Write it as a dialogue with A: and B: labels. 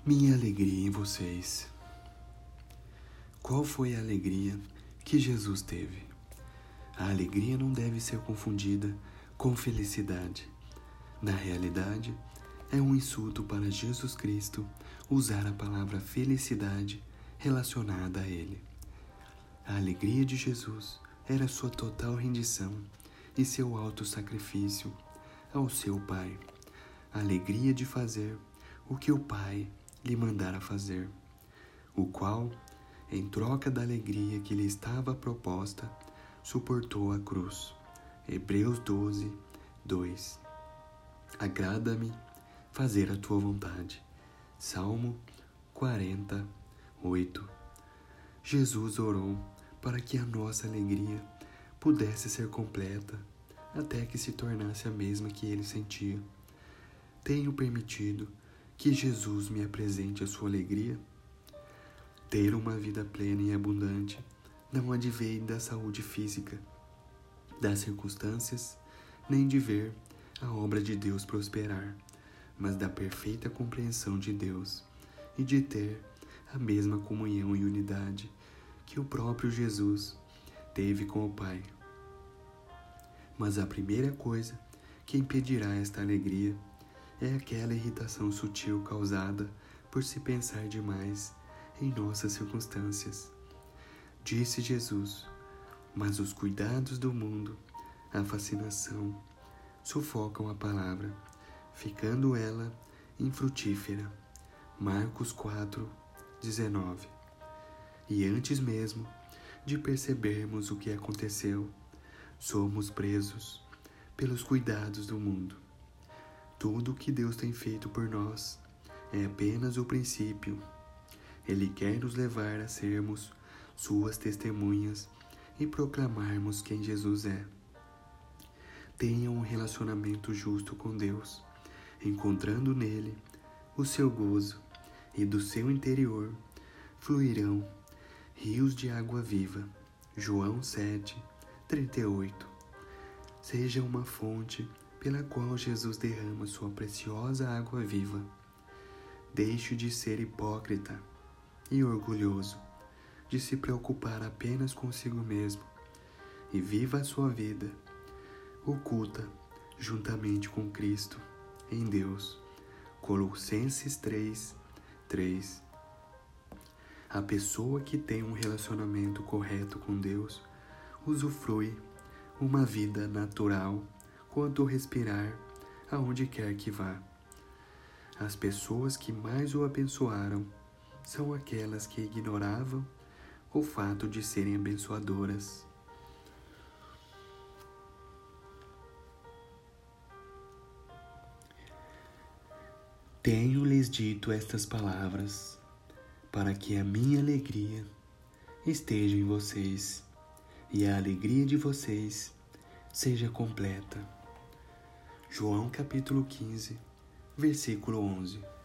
A: Minha alegria em vocês. Qual foi a alegria que Jesus teve? A alegria não deve ser confundida com felicidade. Na realidade, é um insulto para Jesus Cristo usar a palavra felicidade relacionada a Ele. A alegria de Jesus era sua total rendição e seu alto sacrifício ao seu Pai. A alegria de fazer o que o Pai lhe mandara fazer, o qual, em troca da alegria que lhe estava proposta, suportou a cruz. Hebreus 12, 2. Agrada-me fazer a tua vontade. Salmo 48. Jesus orou para que a nossa alegria pudesse ser completa, até que se tornasse a mesma que ele sentia. Tenho permitido que Jesus me apresente a sua alegria? Ter uma vida plena e abundante não advém da saúde física, das circunstâncias, nem de ver a obra de Deus prosperar, mas da perfeita compreensão de Deus e de ter a mesma comunhão e unidade que o próprio Jesus teve com o Pai. Mas a primeira coisa que impedirá esta alegria é aquela irritação sutil causada por se pensar demais em nossas circunstâncias. Disse Jesus, mas os cuidados do mundo, a fascinação, sufocam a palavra, ficando ela infrutífera. Marcos 4, 19. E antes mesmo de percebermos o que aconteceu, somos presos pelos cuidados do mundo. Tudo o que Deus tem feito por nós é apenas o princípio. Ele quer nos levar a sermos suas testemunhas e proclamarmos quem Jesus é. Tenha um relacionamento justo com Deus, encontrando nele o seu gozo, e do seu interior fluirão rios de água viva. João 7, 38. Seja uma fonte pela qual Jesus derrama sua preciosa água viva. Deixe de ser hipócrita e orgulhoso, de se preocupar apenas consigo mesmo, e viva a sua vida oculta juntamente com Cristo em Deus. Colossenses 3, 3. A pessoa que tem um relacionamento correto com Deus usufrui uma vida natural quanto respirar aonde quer que vá. As pessoas que mais o abençoaram são aquelas que ignoravam o fato de serem abençoadoras. Tenho-lhes dito estas palavras, para que a minha alegria esteja em vocês e a alegria de vocês seja completa. João capítulo 15, versículo 11.